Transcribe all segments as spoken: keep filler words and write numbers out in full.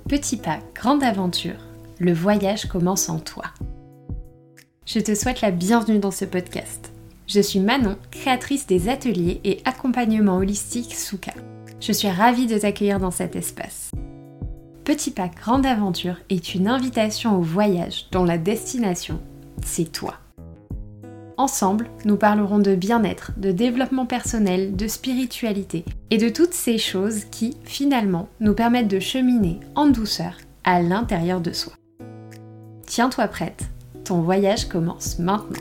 Petit pas, grande aventure, le voyage commence en toi. Je te souhaite la bienvenue dans ce podcast. Je suis Manon, créatrice des ateliers et accompagnement holistique Souka. Je suis ravie de t'accueillir dans cet espace. Petit pas, grande aventure est une invitation au voyage dont la destination, c'est toi. Ensemble, nous parlerons de bien-être, de développement personnel, de spiritualité et de toutes ces choses qui, finalement, nous permettent de cheminer en douceur à l'intérieur de soi. Tiens-toi prête, ton voyage commence maintenant.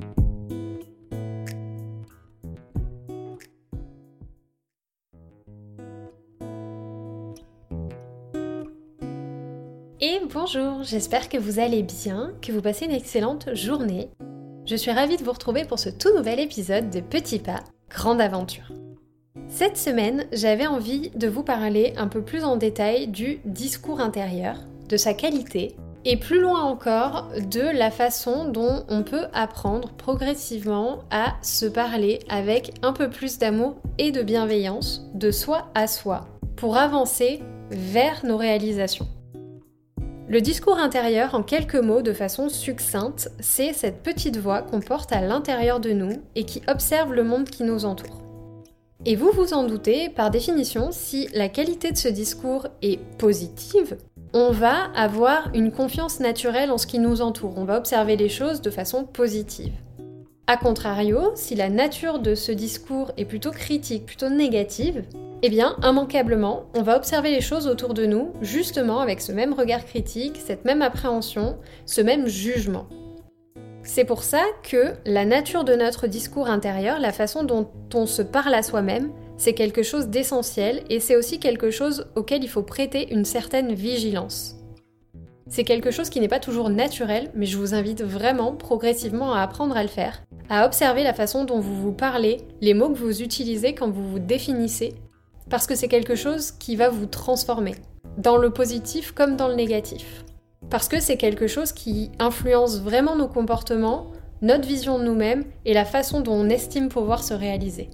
Et bonjour, j'espère que vous allez bien, que vous passez une excellente journée. Je suis ravie de vous retrouver pour ce tout nouvel épisode de Petit pas, grande aventure. Cette semaine, j'avais envie de vous parler un peu plus en détail du discours intérieur, de sa qualité, et plus loin encore, de la façon dont on peut apprendre progressivement à se parler avec un peu plus d'amour et de bienveillance, de soi à soi, pour avancer vers nos réalisations. Le discours intérieur, en quelques mots, de façon succincte, c'est cette petite voix qu'on porte à l'intérieur de nous et qui observe le monde qui nous entoure. Et vous vous en doutez, par définition, si la qualité de ce discours est positive, on va avoir une confiance naturelle en ce qui nous entoure, on va observer les choses de façon positive. A contrario, si la nature de ce discours est plutôt critique, plutôt négative, eh bien, immanquablement, on va observer les choses autour de nous, justement avec ce même regard critique, cette même appréhension, ce même jugement. C'est pour ça que la nature de notre discours intérieur, la façon dont on se parle à soi-même, c'est quelque chose d'essentiel et c'est aussi quelque chose auquel il faut prêter une certaine vigilance. C'est quelque chose qui n'est pas toujours naturel, mais je vous invite vraiment progressivement à apprendre à le faire, à observer la façon dont vous vous parlez, les mots que vous utilisez quand vous vous définissez, parce que c'est quelque chose qui va vous transformer, dans le positif comme dans le négatif. Parce que c'est quelque chose qui influence vraiment nos comportements, notre vision de nous-mêmes et la façon dont on estime pouvoir se réaliser.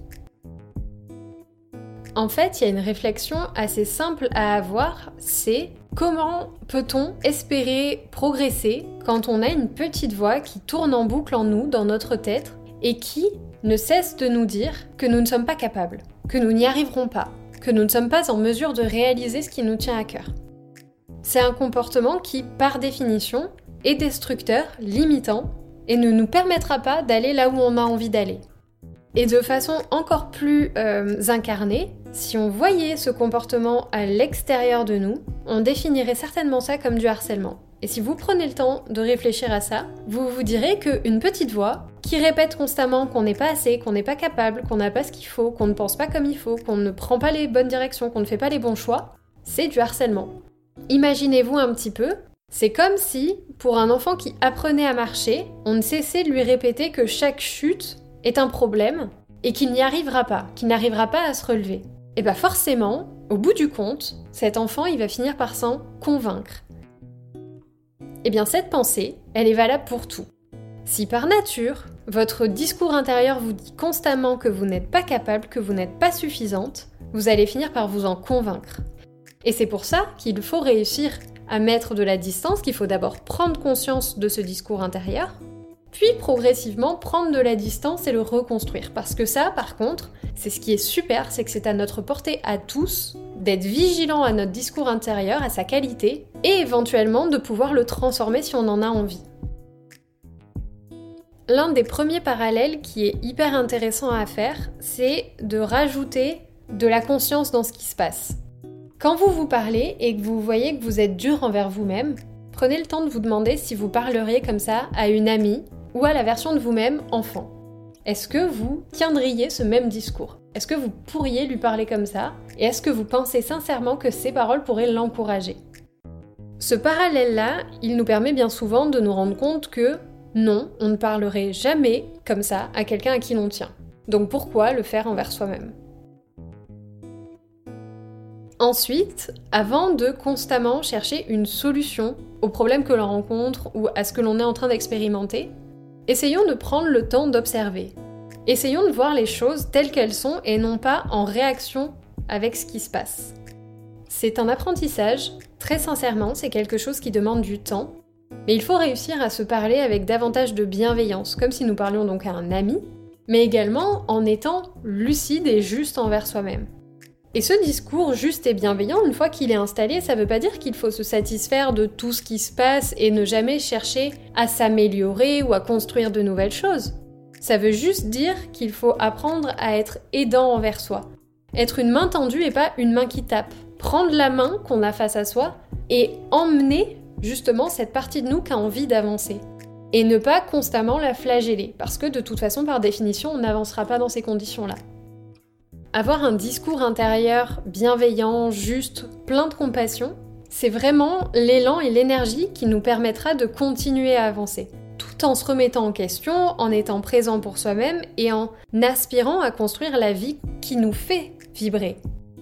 En fait, il y a une réflexion assez simple à avoir, c'est comment peut-on espérer progresser quand on a une petite voix qui tourne en boucle en nous, dans notre tête, et qui ne cesse de nous dire que nous ne sommes pas capables, que nous n'y arriverons pas, que nous ne sommes pas en mesure de réaliser ce qui nous tient à cœur. C'est un comportement qui, par définition, est destructeur, limitant, et ne nous permettra pas d'aller là où on a envie d'aller. Et de façon encore plus euh, incarnée, si on voyait ce comportement à l'extérieur de nous, on définirait certainement ça comme du harcèlement. Et si vous prenez le temps de réfléchir à ça, vous vous direz qu'une petite voix qui répète constamment qu'on n'est pas assez, qu'on n'est pas capable, qu'on n'a pas ce qu'il faut, qu'on ne pense pas comme il faut, qu'on ne prend pas les bonnes directions, qu'on ne fait pas les bons choix, c'est du harcèlement. Imaginez-vous un petit peu, c'est comme si, pour un enfant qui apprenait à marcher, on ne cessait de lui répéter que chaque chute est un problème et qu'il n'y arrivera pas, qu'il n'arrivera pas à se relever. Et bien forcément, au bout du compte, cet enfant il va finir par s'en convaincre. Et bien cette pensée, elle est valable pour tout. Si par nature, votre discours intérieur vous dit constamment que vous n'êtes pas capable, que vous n'êtes pas suffisante, vous allez finir par vous en convaincre. Et c'est pour ça qu'il faut réussir à mettre de la distance, qu'il faut d'abord prendre conscience de ce discours intérieur, puis progressivement prendre de la distance et le reconstruire. Parce que ça, par contre, c'est ce qui est super, c'est que c'est à notre portée à tous d'être vigilant à notre discours intérieur, à sa qualité, et éventuellement de pouvoir le transformer si on en a envie. L'un des premiers parallèles qui est hyper intéressant à faire, c'est de rajouter de la conscience dans ce qui se passe. Quand vous vous parlez et que vous voyez que vous êtes dur envers vous-même, prenez le temps de vous demander si vous parleriez comme ça à une amie ou à la version de vous-même enfant. Est-ce que vous tiendriez ce même discours ? Est-ce que vous pourriez lui parler comme ça ? Et est-ce que vous pensez sincèrement que ces paroles pourraient l'encourager ? Ce parallèle-là, il nous permet bien souvent de nous rendre compte que non, on ne parlerait jamais comme ça à quelqu'un à qui l'on tient. Donc pourquoi le faire envers soi-même ? Ensuite, avant de constamment chercher une solution au problème que l'on rencontre ou à ce que l'on est en train d'expérimenter, essayons de prendre le temps d'observer. Essayons de voir les choses telles qu'elles sont et non pas en réaction avec ce qui se passe. c'est un apprentissage, très sincèrement, c'est quelque chose qui demande du temps, mais il faut réussir à se parler avec davantage de bienveillance, comme si nous parlions donc à un ami, mais également en étant lucide et juste envers soi-même. Et ce discours juste et bienveillant, une fois qu'il est installé, ça veut pas dire qu'il faut se satisfaire de tout ce qui se passe et ne jamais chercher à s'améliorer ou à construire de nouvelles choses. Ça veut juste dire qu'il faut apprendre à être aidant envers soi. Être une main tendue et pas une main qui tape. Prendre la main qu'on a face à soi et emmener justement cette partie de nous qui a envie d'avancer. Et ne pas constamment la flageller, parce que de toute façon, par définition, on n'avancera pas dans ces conditions-là. Avoir un discours intérieur bienveillant, juste, plein de compassion, c'est vraiment l'élan et l'énergie qui nous permettra de continuer à avancer, tout en se remettant en question, en étant présent pour soi-même et en aspirant à construire la vie qui nous fait vibrer.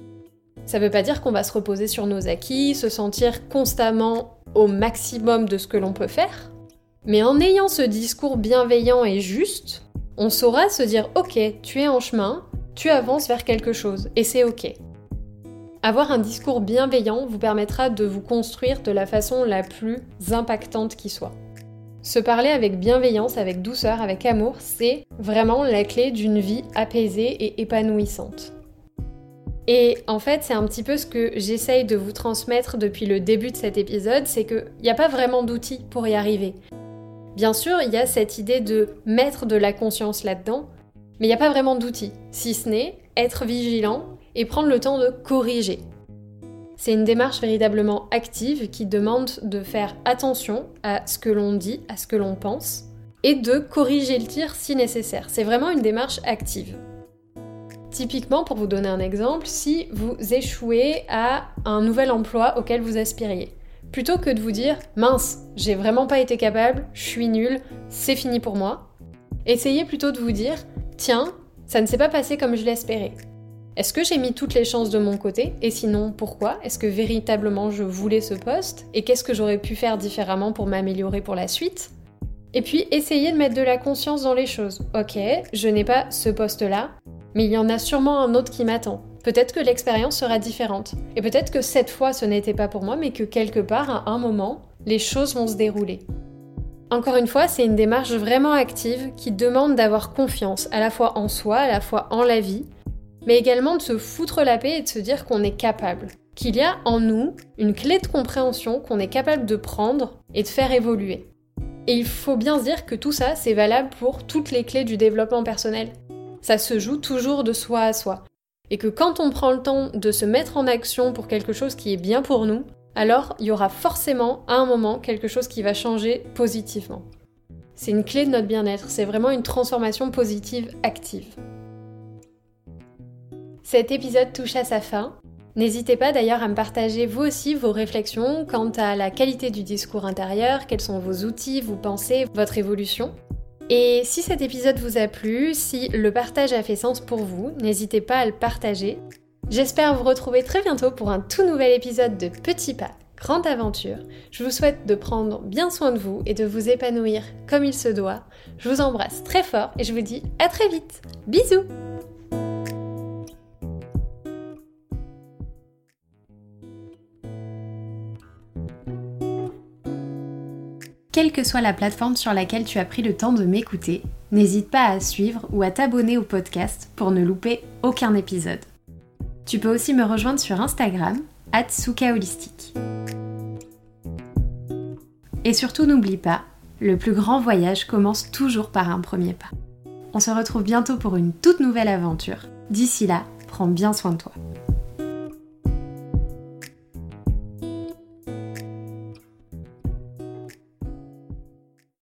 Ça veut pas dire qu'on va se reposer sur nos acquis, se sentir constamment au maximum de ce que l'on peut faire, mais en ayant ce discours bienveillant et juste, on saura se dire « Ok, tu es en chemin, tu avances vers quelque chose, et c'est ok ». Avoir un discours bienveillant vous permettra de vous construire de la façon la plus impactante qui soit. Se parler avec bienveillance, avec douceur, avec amour, c'est vraiment la clé d'une vie apaisée et épanouissante. Et en fait, c'est un petit peu ce que j'essaye de vous transmettre depuis le début de cet épisode, c'est qu'il n'y a pas vraiment d'outils pour y arriver. Bien sûr, il y a cette idée de mettre de la conscience là-dedans, mais il n'y a pas vraiment d'outils, si ce n'est être vigilant et prendre le temps de corriger. C'est une démarche véritablement active qui demande de faire attention à ce que l'on dit, à ce que l'on pense, et de corriger le tir si nécessaire. C'est vraiment une démarche active. Typiquement, pour vous donner un exemple, si vous échouez à un nouvel emploi auquel vous aspiriez, plutôt que de vous dire « mince, j'ai vraiment pas été capable, je suis nulle, c'est fini pour moi », essayez plutôt de vous dire « tiens, ça ne s'est pas passé comme je l'espérais. Est-ce que j'ai mis toutes les chances de mon côté ? Et sinon, pourquoi ? Est-ce que véritablement je voulais ce poste ? Et qu'est-ce que j'aurais pu faire différemment pour m'améliorer pour la suite ? » Et puis, essayez de mettre de la conscience dans les choses. Ok, je n'ai pas ce poste-là, mais il y en a sûrement un autre qui m'attend. Peut-être que l'expérience sera différente. Et peut-être que cette fois, ce n'était pas pour moi, mais que quelque part, à un moment, les choses vont se dérouler. Encore une fois, c'est une démarche vraiment active qui demande d'avoir confiance, à la fois en soi, à la fois en la vie, mais également de se foutre la paix et de se dire qu'on est capable. Qu'il y a en nous une clé de compréhension qu'on est capable de prendre et de faire évoluer. Et il faut bien se dire que tout ça, c'est valable pour toutes les clés du développement personnel. Ça se joue toujours de soi à soi. Et que quand on prend le temps de se mettre en action pour quelque chose qui est bien pour nous, alors il y aura forcément à un moment quelque chose qui va changer positivement. C'est une clé de notre bien-être, c'est vraiment une transformation positive active. Cet épisode touche à sa fin. N'hésitez pas d'ailleurs à me partager vous aussi vos réflexions quant à la qualité du discours intérieur, quels sont vos outils, vos pensées, votre évolution. Et si cet épisode vous a plu, si le partage a fait sens pour vous, n'hésitez pas à le partager. J'espère vous retrouver très bientôt pour un tout nouvel épisode de Petits Pas, Grande Aventure. Je vous souhaite de prendre bien soin de vous et de vous épanouir comme il se doit. Je vous embrasse très fort et je vous dis à très vite. Bisous! Quelle que soit la plateforme sur laquelle tu as pris le temps de m'écouter, n'hésite pas à suivre ou à t'abonner au podcast pour ne louper aucun épisode. Tu peux aussi me rejoindre sur Instagram, arobase soukaholistique. Et surtout n'oublie pas, le plus grand voyage commence toujours par un premier pas. On se retrouve bientôt pour une toute nouvelle aventure. D'ici là, prends bien soin de toi.